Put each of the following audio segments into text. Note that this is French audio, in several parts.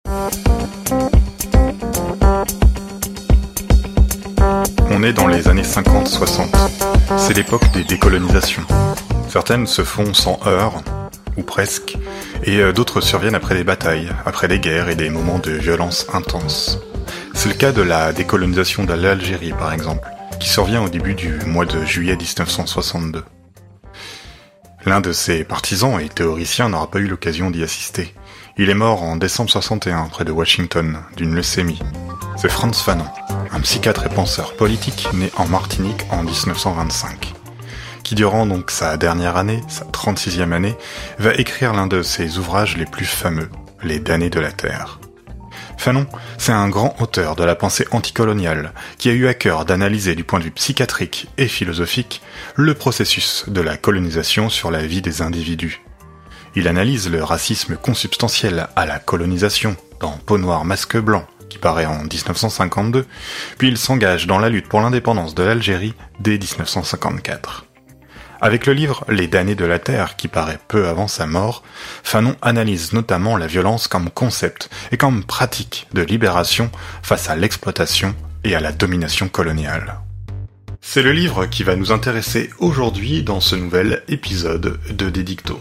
On est dans les années 50-60. C'est l'époque des décolonisations. Certaines se font sans heurts, ou presque, et d'autres surviennent après des batailles, après des guerres et des moments de violence intense. C'est le cas de la décolonisation de l'Algérie, par exemple, qui survient au début du mois de juillet 1962. L'un de ses partisans et théoriciens n'aura pas eu l'occasion d'y assister. Il est mort en décembre 61, près de Washington, d'une leucémie. C'est Frantz Fanon, un psychiatre et penseur politique né en Martinique en 1925, qui durant donc sa dernière année, sa 36e année, va écrire l'un de ses ouvrages les plus fameux, Les damnés de la Terre. Fanon, c'est un grand auteur de la pensée anticoloniale qui a eu à cœur d'analyser du point de vue psychiatrique et philosophique le processus de la colonisation sur la vie des individus. Il analyse le racisme consubstantiel à la colonisation dans Peau noire, masque blanc, qui paraît en 1952, puis il s'engage dans la lutte pour l'indépendance de l'Algérie dès 1954. Avec le livre Les damnés de la Terre, qui paraît peu avant sa mort, Fanon analyse notamment la violence comme concept et comme pratique de libération face à l'exploitation et à la domination coloniale. C'est le livre qui va nous intéresser aujourd'hui dans ce nouvel épisode de Dédicto.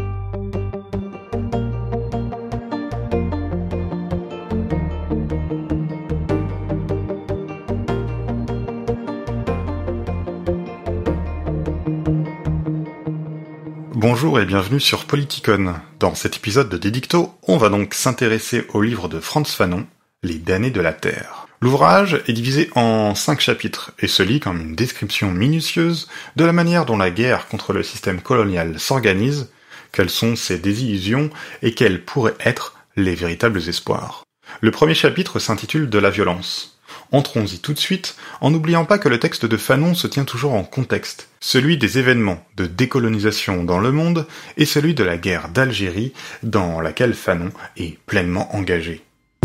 Bonjour et bienvenue sur Politicon. Dans cet épisode de Dédicto, on va donc s'intéresser au livre de Frantz Fanon, Les damnés de la Terre. L'ouvrage est divisé en 5 chapitres et se lit comme une description minutieuse de la manière dont la guerre contre le système colonial s'organise, quelles sont ses désillusions et quels pourraient être les véritables espoirs. Le premier chapitre s'intitule De la violence. Entrons-y tout de suite, en n'oubliant pas que le texte de Fanon se tient toujours en contexte, celui des événements de décolonisation dans le monde et celui de la guerre d'Algérie dans laquelle Fanon est pleinement engagé.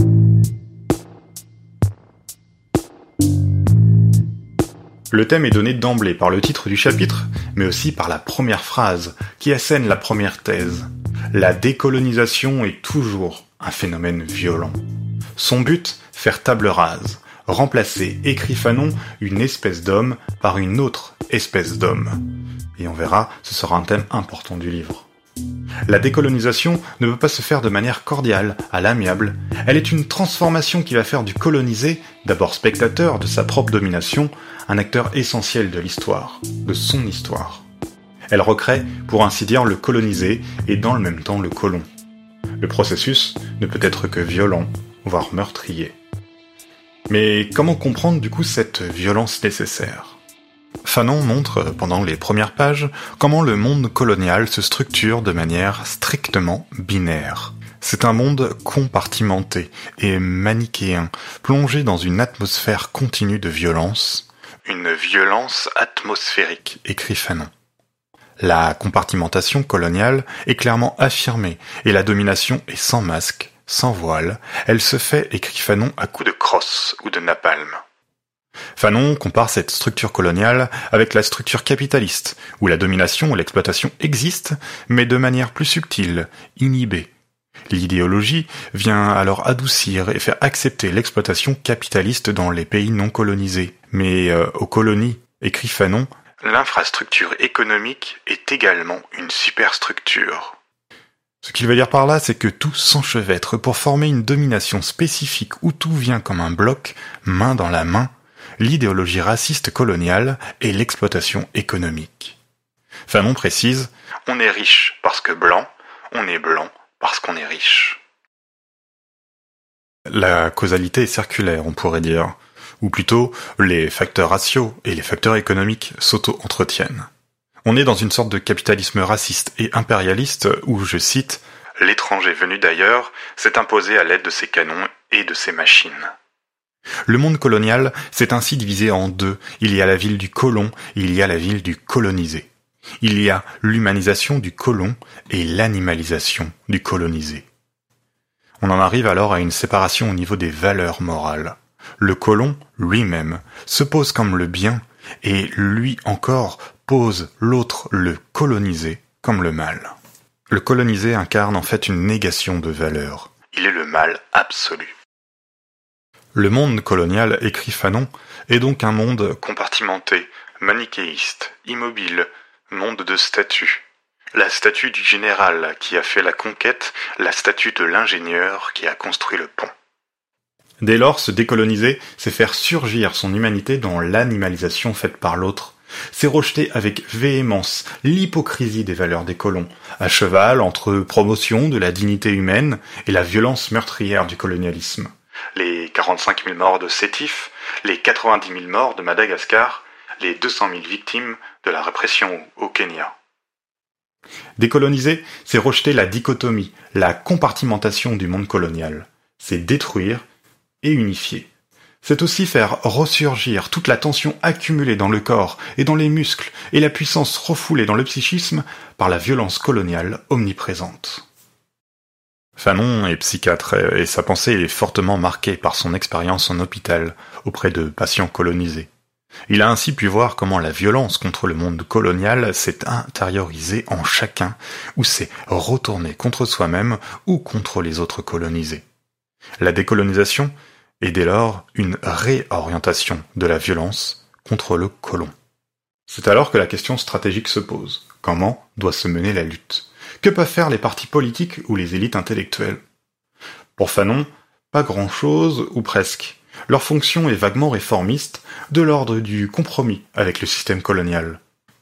Le thème est donné d'emblée par le titre du chapitre, mais aussi par la première phrase qui assène la première thèse. La décolonisation est toujours un phénomène violent. Son but, faire table rase. Remplacer, écrit Fanon, une espèce d'homme par une autre espèce d'homme. Et on verra, ce sera un thème important du livre. La décolonisation ne peut pas se faire de manière cordiale, à l'amiable. Elle est une transformation qui va faire du colonisé, d'abord spectateur de sa propre domination, un acteur essentiel de l'histoire, de son histoire. Elle recrée, pour ainsi dire, le colonisé et dans le même temps le colon. Le processus ne peut être que violent, voire meurtrier. Mais comment comprendre du coup cette violence nécessaire ? Fanon montre, pendant les premières pages, comment le monde colonial se structure de manière strictement binaire. C'est un monde compartimenté et manichéen, plongé dans une atmosphère continue de violence. Une violence atmosphérique, écrit Fanon. La compartimentation coloniale est clairement affirmée et la domination est sans masque, sans voile, elle se fait, écrit Fanon, à coups de crosse ou de napalm. Fanon compare cette structure coloniale avec la structure capitaliste, où la domination ou l'exploitation existe, mais de manière plus subtile, inhibée. L'idéologie vient alors adoucir et faire accepter l'exploitation capitaliste dans les pays non colonisés. Mais aux colonies, écrit Fanon, l'infrastructure économique est également une superstructure. Ce qu'il veut dire par là, c'est que tout s'enchevêtre pour former une domination spécifique où tout vient comme un bloc, main dans la main, l'idéologie raciste coloniale et l'exploitation économique. Fanon précise « On est riche parce que blanc, on est blanc parce qu'on est riche ». La causalité est circulaire, on pourrait dire, ou plutôt les facteurs raciaux et les facteurs économiques s'auto-entretiennent. On est dans une sorte de capitalisme raciste et impérialiste où, je cite, « L'étranger venu d'ailleurs s'est imposé à l'aide de ses canons et de ses machines ». Le monde colonial s'est ainsi divisé en deux. Il y a la ville du colon, il y a la ville du colonisé. Il y a l'humanisation du colon et l'animalisation du colonisé. On en arrive alors à une séparation au niveau des valeurs morales. Le colon, lui-même, se pose comme le bien et lui encore pose l'autre, le colonisé, comme le mal. Le colonisé incarne en fait une négation de valeurs, il est le mal absolu. Le monde colonial, écrit Fanon, est donc un monde compartimenté, manichéiste, immobile, monde de statuts. La statue du général qui a fait la conquête, la statue de l'ingénieur qui a construit le pont. Dès lors, se décoloniser, c'est faire surgir son humanité dans l'animalisation faite par l'autre. C'est rejeter avec véhémence l'hypocrisie des valeurs des colons, à cheval entre promotion de la dignité humaine et la violence meurtrière du colonialisme. Les 45 000 morts de Sétif, les 90 000 morts de Madagascar, les 200 000 victimes de la répression au Kenya. Décoloniser, c'est rejeter la dichotomie, la compartimentation du monde colonial. C'est détruire et unifier. C'est aussi faire ressurgir toute la tension accumulée dans le corps et dans les muscles et la puissance refoulée dans le psychisme par la violence coloniale omniprésente. Fanon est psychiatre et sa pensée est fortement marquée par son expérience en hôpital auprès de patients colonisés. Il a ainsi pu voir comment la violence contre le monde colonial s'est intériorisée en chacun ou s'est retournée contre soi-même ou contre les autres colonisés. La décolonisation est dès lors une réorientation de la violence contre le colon. C'est alors que la question stratégique se pose. Comment doit se mener la lutte ? Que peuvent faire les partis politiques ou les élites intellectuelles ? Pour Fanon, pas grand-chose ou presque. Leur fonction est vaguement réformiste, de l'ordre du compromis avec le système colonial.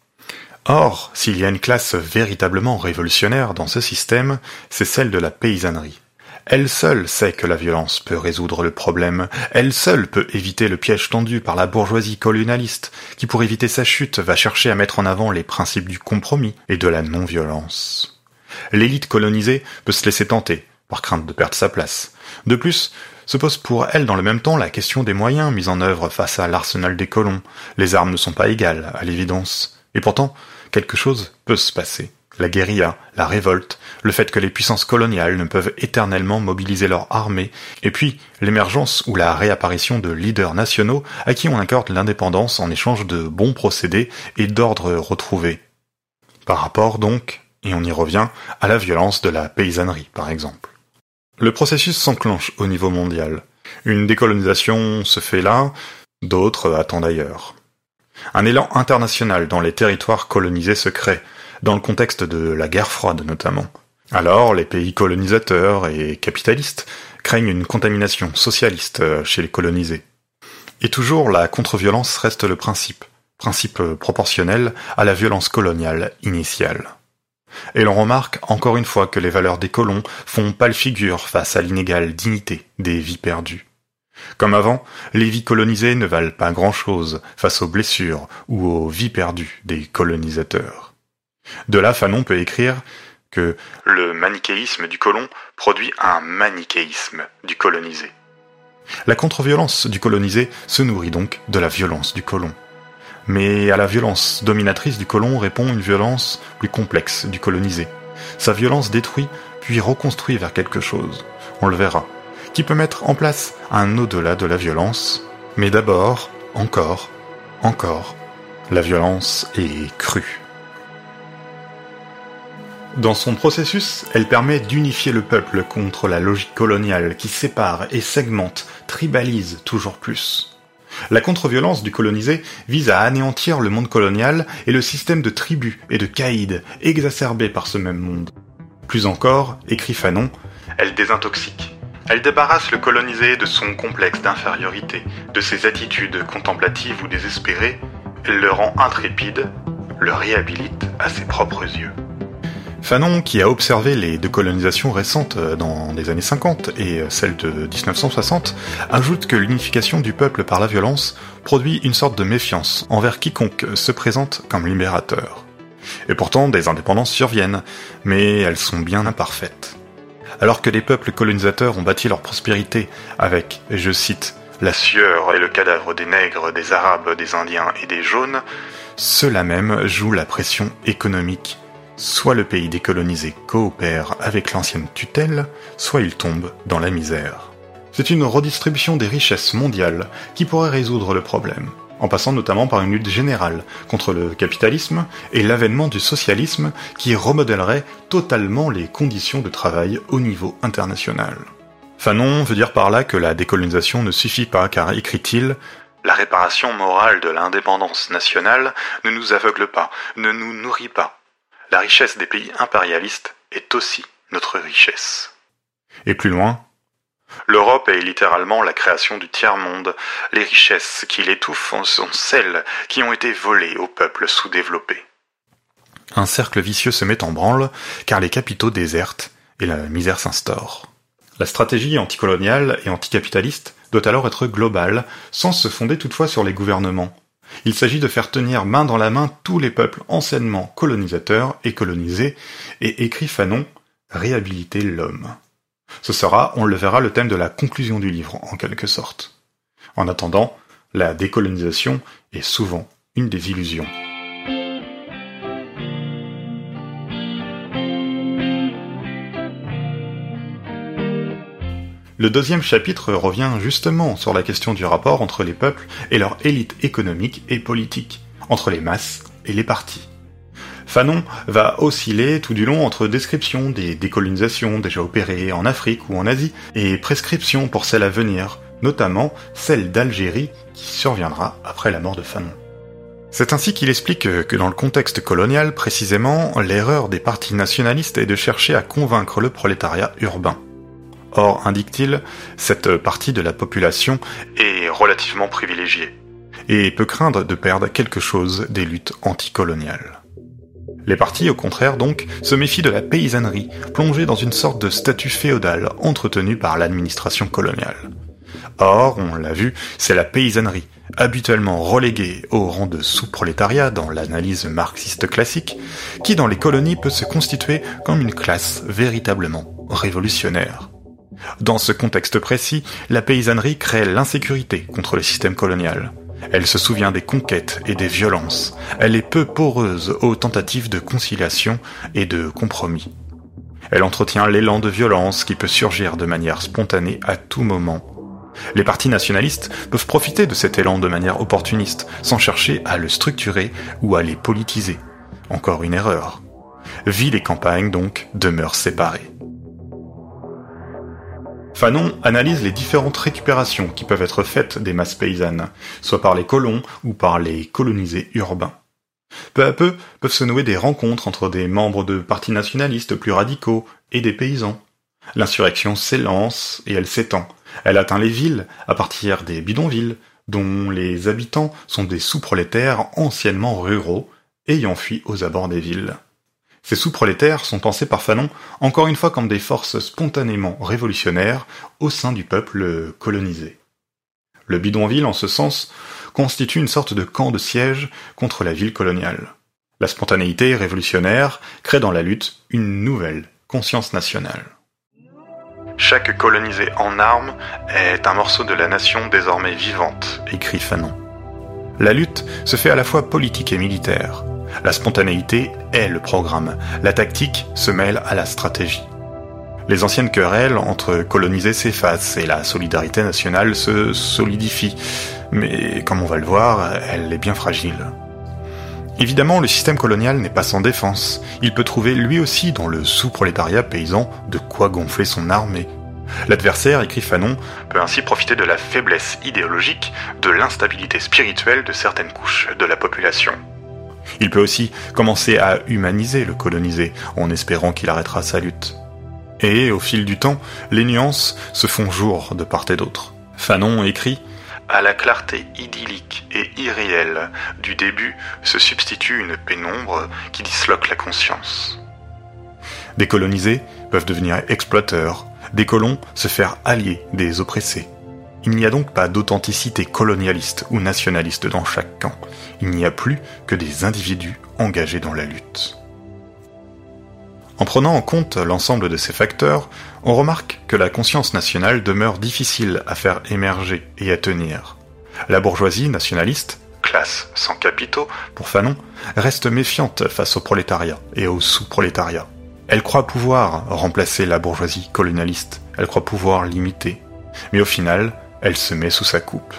Or, s'il y a une classe véritablement révolutionnaire dans ce système, c'est celle de la paysannerie. Elle seule sait que la violence peut résoudre le problème, elle seule peut éviter le piège tendu par la bourgeoisie colonialiste, qui pour éviter sa chute va chercher à mettre en avant les principes du compromis et de la non-violence. L'élite colonisée peut se laisser tenter, par crainte de perdre sa place. De plus, se pose pour elle dans le même temps la question des moyens mis en œuvre face à l'arsenal des colons. Les armes ne sont pas égales, à l'évidence. Et pourtant, quelque chose peut se passer. La guérilla, la révolte, le fait que les puissances coloniales ne peuvent éternellement mobiliser leur armée, et puis l'émergence ou la réapparition de leaders nationaux à qui on accorde l'indépendance en échange de bons procédés et d'ordres retrouvés. Par rapport donc, et on y revient, à la violence de la paysannerie par exemple. Le processus s'enclenche au niveau mondial. Une décolonisation se fait là, d'autres attendent ailleurs. Un élan international dans les territoires colonisés se crée, dans le contexte de la guerre froide notamment. Alors, les pays colonisateurs et capitalistes craignent une contamination socialiste chez les colonisés. Et toujours, la contre-violence reste le principe proportionnel à la violence coloniale initiale. Et l'on remarque encore une fois que les valeurs des colons font pâle figure face à l'inégale dignité des vies perdues. Comme avant, les vies colonisées ne valent pas grand-chose face aux blessures ou aux vies perdues des colonisateurs. De là, Fanon peut écrire que le manichéisme du colon produit un manichéisme du colonisé. La contre-violence du colonisé se nourrit donc de la violence du colon. Mais à la violence dominatrice du colon répond une violence plus complexe du colonisé. Sa violence détruit puis reconstruit vers quelque chose, on le verra, qui peut mettre en place un au-delà de la violence. Mais d'abord, encore, la violence est crue. Dans son processus, elle permet d'unifier le peuple contre la logique coloniale qui sépare et segmente, tribalise toujours plus. La contre-violence du colonisé vise à anéantir le monde colonial et le système de tribus et de caïds exacerbé par ce même monde. Plus encore, écrit Fanon, elle désintoxique. Elle débarrasse le colonisé de son complexe d'infériorité, de ses attitudes contemplatives ou désespérées, elle le rend intrépide, le réhabilite à ses propres yeux. Fanon, qui a observé les décolonisations récentes dans les années 50 et celles de 1960, ajoute que l'unification du peuple par la violence produit une sorte de méfiance envers quiconque se présente comme libérateur. Et pourtant, des indépendances surviennent, mais elles sont bien imparfaites. Alors que les peuples colonisateurs ont bâti leur prospérité avec, je cite, « la sueur et le cadavre des nègres, des arabes, des indiens et des jaunes », ceux-là même jouent la pression économique. Soit le pays décolonisé coopère avec l'ancienne tutelle, soit il tombe dans la misère. C'est une redistribution des richesses mondiales qui pourrait résoudre le problème, en passant notamment par une lutte générale contre le capitalisme et l'avènement du socialisme qui remodèlerait totalement les conditions de travail au niveau international. Fanon veut dire par là que la décolonisation ne suffit pas, car, écrit-il, « La réparation morale de l'indépendance nationale ne nous aveugle pas, ne nous nourrit pas. La richesse des pays impérialistes est aussi notre richesse. » Et plus loin, « L'Europe est littéralement la création du tiers-monde. Les richesses qui l'étouffent sont celles qui ont été volées aux peuples sous-développés. » Un cercle vicieux se met en branle, car les capitaux désertent et la misère s'instaure. La stratégie anticoloniale et anticapitaliste doit alors être globale, sans se fonder toutefois sur les gouvernements. Il s'agit de faire tenir main dans la main tous les peuples anciennement colonisateurs et colonisés, et écrit Fanon, réhabiliter l'homme. Ce sera, on le verra, le thème de la conclusion du livre, en quelque sorte. En attendant, la décolonisation est souvent une des illusions. Le deuxième chapitre revient justement sur la question du rapport entre les peuples et leur élite économique et politique, entre les masses et les partis. Fanon va osciller tout du long entre description des décolonisations déjà opérées en Afrique ou en Asie et prescription pour celles à venir, notamment celle d'Algérie qui surviendra après la mort de Fanon. C'est ainsi qu'il explique que dans le contexte colonial, précisément, l'erreur des partis nationalistes est de chercher à convaincre le prolétariat urbain. Or, indique-t-il, cette partie de la population est relativement privilégiée et peut craindre de perdre quelque chose des luttes anticoloniales. Les partis, au contraire donc, se méfient de la paysannerie, plongée dans une sorte de statut féodal entretenu par l'administration coloniale. Or, on l'a vu, c'est la paysannerie, habituellement reléguée au rang de sous-prolétariat dans l'analyse marxiste classique, qui dans les colonies peut se constituer comme une classe véritablement révolutionnaire. Dans ce contexte précis, la paysannerie crée l'insécurité contre le système colonial. Elle se souvient des conquêtes et des violences. Elle est peu poreuse aux tentatives de conciliation et de compromis. Elle entretient l'élan de violence qui peut surgir de manière spontanée à tout moment. Les partis nationalistes peuvent profiter de cet élan de manière opportuniste, sans chercher à le structurer ou à les politiser. Encore une erreur. Ville et campagne, donc, demeurent séparées. Fanon analyse les différentes récupérations qui peuvent être faites des masses paysannes, soit par les colons ou par les colonisés urbains. Peu à peu peuvent se nouer des rencontres entre des membres de partis nationalistes plus radicaux et des paysans. L'insurrection s'élance et elle s'étend. Elle atteint les villes à partir des bidonvilles, dont les habitants sont des sous-prolétaires anciennement ruraux, ayant fui aux abords des villes. Ces sous-prolétaires sont pensés par Fanon encore une fois comme des forces spontanément révolutionnaires au sein du peuple colonisé. Le bidonville, en ce sens, constitue une sorte de camp de siège contre la ville coloniale. La spontanéité révolutionnaire crée dans la lutte une nouvelle conscience nationale. Chaque colonisé en armes est un morceau de la nation désormais vivante, écrit Fanon. La lutte se fait à la fois politique et militaire. La spontanéité est le programme, la tactique se mêle à la stratégie. Les anciennes querelles entre colonisés s'effacent et la solidarité nationale se solidifie, mais comme on va le voir, elle est bien fragile. Évidemment, le système colonial n'est pas sans défense. Il peut trouver lui aussi dans le sous-prolétariat paysan de quoi gonfler son armée. L'adversaire, écrit Fanon, peut ainsi profiter de la faiblesse idéologique, de l'instabilité spirituelle de certaines couches de la population. Il peut aussi commencer à humaniser le colonisé, en espérant qu'il arrêtera sa lutte. Et, au fil du temps, les nuances se font jour de part et d'autre. Fanon écrit « À la clarté idyllique et irréelle du début se substitue une pénombre qui disloque la conscience. » Des colonisés peuvent devenir exploiteurs, des colons se faire alliés des oppressés. Il n'y a donc pas d'authenticité colonialiste ou nationaliste dans chaque camp. Il n'y a plus que des individus engagés dans la lutte. En prenant en compte l'ensemble de ces facteurs, on remarque que la conscience nationale demeure difficile à faire émerger et à tenir. La bourgeoisie nationaliste, classe sans capitaux pour Fanon, reste méfiante face au prolétariat et au sous-prolétariat. Elle croit pouvoir remplacer la bourgeoisie colonialiste, elle croit pouvoir l'imiter, mais au final, elle se met sous sa coupe.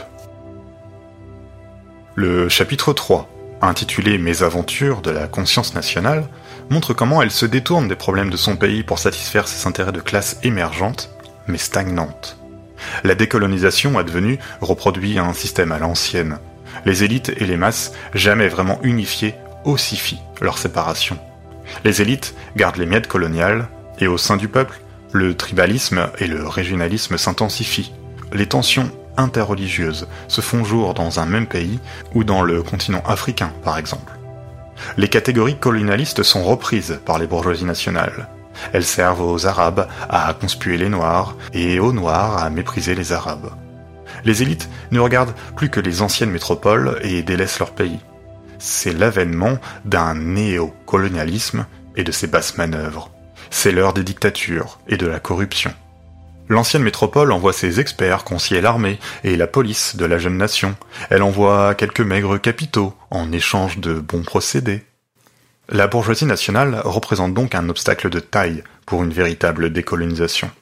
Le chapitre 3, intitulé « Mésaventures de la conscience nationale », montre comment elle se détourne des problèmes de son pays pour satisfaire ses intérêts de classe émergente, mais stagnante. La décolonisation advenue reproduit un système à l'ancienne. Les élites et les masses, jamais vraiment unifiées, ossifient leur séparation. Les élites gardent les miettes coloniales, et au sein du peuple, le tribalisme et le régionalisme s'intensifient. Les tensions interreligieuses se font jour dans un même pays ou dans le continent africain, par exemple. Les catégories colonialistes sont reprises par les bourgeoisies nationales. Elles servent aux Arabes à conspuer les Noirs et aux Noirs à mépriser les Arabes. Les élites ne regardent plus que les anciennes métropoles et délaissent leur pays. C'est l'avènement d'un néocolonialisme et de ses basses manœuvres. C'est l'heure des dictatures et de la corruption. L'ancienne métropole envoie ses experts conseiller l'armée et la police de la jeune nation. Elle envoie quelques maigres capitaux en échange de bons procédés. La bourgeoisie nationale représente donc un obstacle de taille pour une véritable décolonisation.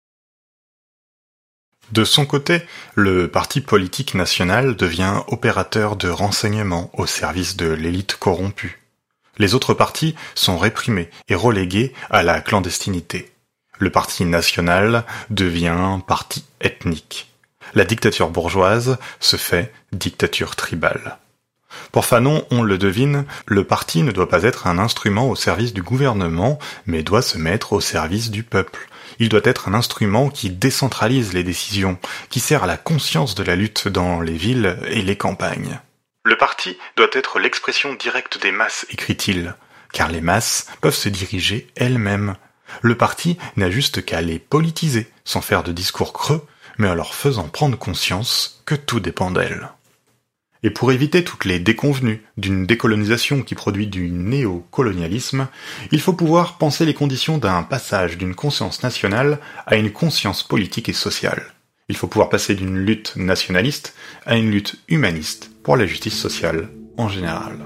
De son côté, le parti politique national devient opérateur de renseignement au service de l'élite corrompue. Les autres partis sont réprimés et relégués à la clandestinité. Le parti national devient parti ethnique. La dictature bourgeoise se fait dictature tribale. Pour Fanon, on le devine, le parti ne doit pas être un instrument au service du gouvernement, mais doit se mettre au service du peuple. Il doit être un instrument qui décentralise les décisions, qui sert à la conscience de la lutte dans les villes et les campagnes. Le parti doit être l'expression directe des masses, écrit-il, car les masses peuvent se diriger elles-mêmes. Le parti n'a juste qu'à les politiser, sans faire de discours creux, mais en leur faisant prendre conscience que tout dépend d'elles. Et pour éviter toutes les déconvenues d'une décolonisation qui produit du néocolonialisme, il faut pouvoir penser les conditions d'un passage d'une conscience nationale à une conscience politique et sociale. Il faut pouvoir passer d'une lutte nationaliste à une lutte humaniste pour la justice sociale en général.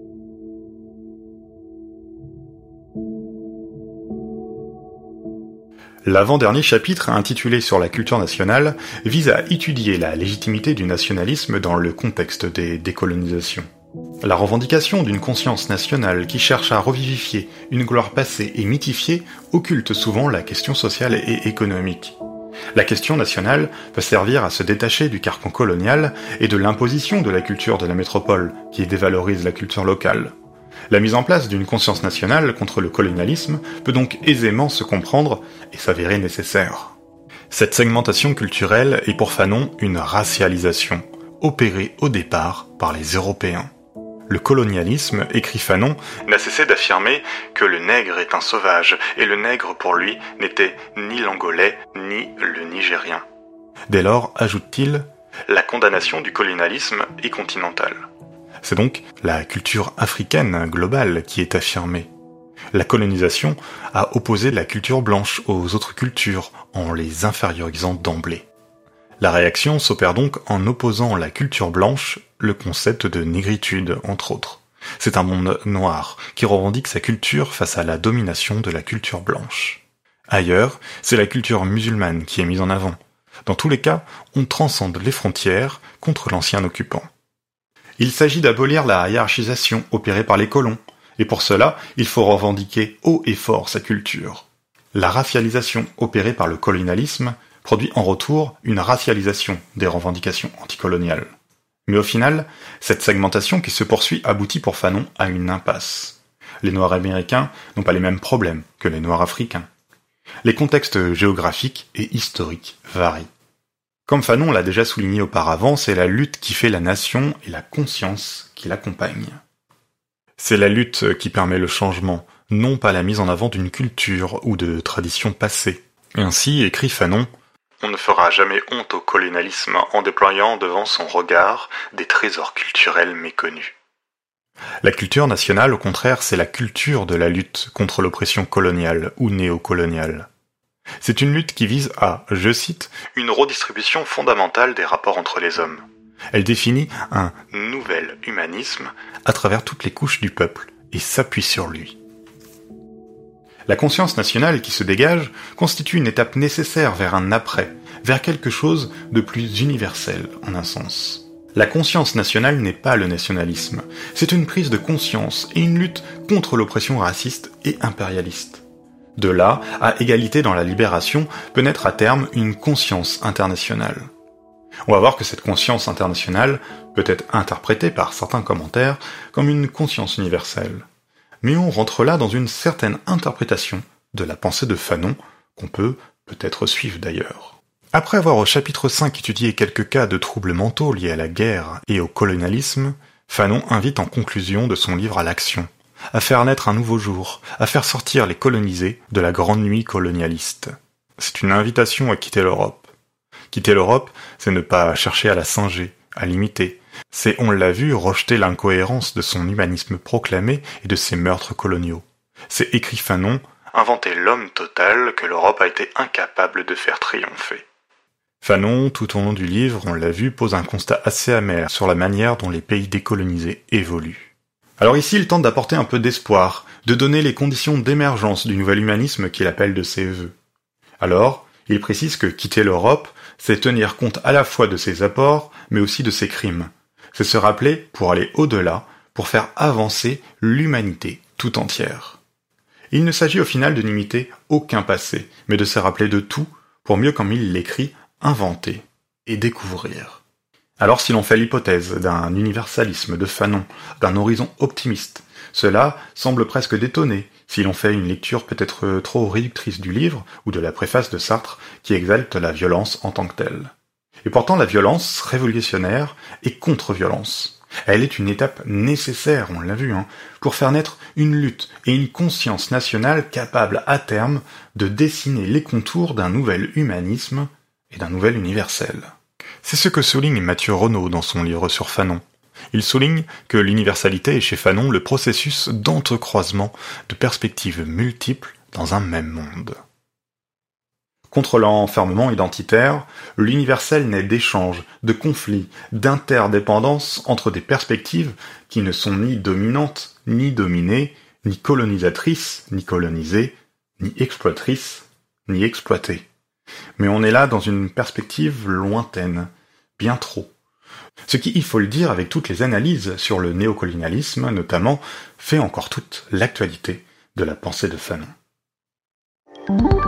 L'avant-dernier chapitre, intitulé sur la culture nationale, vise à étudier la légitimité du nationalisme dans le contexte des décolonisations. La revendication d'une conscience nationale qui cherche à revivifier une gloire passée et mythifiée occulte souvent la question sociale et économique. La question nationale peut servir à se détacher du carcan colonial et de l'imposition de la culture de la métropole, qui dévalorise la culture locale. La mise en place d'une conscience nationale contre le colonialisme peut donc aisément se comprendre et s'avérer nécessaire. Cette segmentation culturelle est pour Fanon une racialisation, opérée au départ par les Européens. Le colonialisme, écrit Fanon, n'a cessé d'affirmer que le nègre est un sauvage, et le nègre pour lui n'était ni l'Angolais ni le Nigérien. Dès lors, ajoute-t-il, la condamnation du colonialisme est continentale. C'est donc la culture africaine globale qui est affirmée. La colonisation a opposé la culture blanche aux autres cultures en les infériorisant d'emblée. La réaction s'opère donc en opposant la culture blanche, le concept de négritude, entre autres. C'est un monde noir qui revendique sa culture face à la domination de la culture blanche. Ailleurs, c'est la culture musulmane qui est mise en avant. Dans tous les cas, on transcende les frontières contre l'ancien occupant. Il s'agit d'abolir la hiérarchisation opérée par les colons, et pour cela, il faut revendiquer haut et fort sa culture. La racialisation opérée par le colonialisme produit en retour une racialisation des revendications anticoloniales. Mais au final, cette segmentation qui se poursuit aboutit pour Fanon à une impasse. Les Noirs américains n'ont pas les mêmes problèmes que les Noirs africains. Les contextes géographiques et historiques varient. Comme Fanon l'a déjà souligné auparavant, c'est la lutte qui fait la nation et la conscience qui l'accompagne. C'est la lutte qui permet le changement, non pas la mise en avant d'une culture ou de traditions passées. Ainsi, écrit Fanon, « On ne fera jamais honte au colonialisme en déployant devant son regard des trésors culturels méconnus. » La culture nationale, au contraire, c'est la culture de la lutte contre l'oppression coloniale ou néocoloniale. C'est une lutte qui vise à, je cite, « une redistribution fondamentale des rapports entre les hommes ». Elle définit un nouvel humanisme à travers toutes les couches du peuple et s'appuie sur lui. La conscience nationale qui se dégage constitue une étape nécessaire vers un après, vers quelque chose de plus universel en un sens. La conscience nationale n'est pas le nationalisme, c'est une prise de conscience et une lutte contre l'oppression raciste et impérialiste. De là à égalité dans la libération peut naître à terme une conscience internationale. On va voir que cette conscience internationale peut être interprétée par certains commentaires comme une conscience universelle. Mais on rentre là dans une certaine interprétation de la pensée de Fanon, qu'on peut peut-être suivre d'ailleurs. Après avoir au chapitre 5 étudié quelques cas de troubles mentaux liés à la guerre et au colonialisme, Fanon invite en conclusion de son livre à l'action, à faire naître un nouveau jour, à faire sortir les colonisés de la grande nuit colonialiste. C'est une invitation à quitter l'Europe. Quitter l'Europe, c'est ne pas chercher à la singer, à l'imiter. C'est, on l'a vu, rejeter l'incohérence de son humanisme proclamé et de ses meurtres coloniaux. C'est, écrit Fanon, inventer l'homme total que l'Europe a été incapable de faire triompher. Fanon, tout au long du livre, on l'a vu, pose un constat assez amer sur la manière dont les pays décolonisés évoluent. Alors ici, il tente d'apporter un peu d'espoir, de donner les conditions d'émergence du nouvel humanisme qu'il appelle de ses vœux. Alors, il précise que quitter l'Europe, c'est tenir compte à la fois de ses apports, mais aussi de ses crimes. C'est se rappeler, pour aller au-delà, pour faire avancer l'humanité tout entière. Il ne s'agit au final de n'imiter aucun passé, mais de se rappeler de tout, pour mieux, comme il l'écrit, inventer et découvrir. Alors si l'on fait l'hypothèse d'un universalisme de Fanon, d'un horizon optimiste, cela semble presque détonner si l'on fait une lecture peut-être trop réductrice du livre ou de la préface de Sartre qui exalte la violence en tant que telle. Et pourtant la violence révolutionnaire est contre-violence. Elle est une étape nécessaire, on l'a vu, pour faire naître une lutte et une conscience nationale capable à terme de dessiner les contours d'un nouvel humanisme et d'un nouvel universel. C'est ce que souligne Mathieu Renaud dans son livre sur Fanon. Il souligne que l'universalité est chez Fanon le processus d'entrecroisement de perspectives multiples dans un même monde. Contre l'enfermement identitaire, l'universel naît d'échanges, de conflits, d'interdépendances entre des perspectives qui ne sont ni dominantes, ni dominées, ni colonisatrices, ni colonisées, ni exploitrices, ni exploitées. Mais on est là dans une perspective lointaine, bien trop. Ce qui, il faut le dire avec toutes les analyses sur le néocolonialisme notamment, fait encore toute l'actualité de la pensée de Fanon.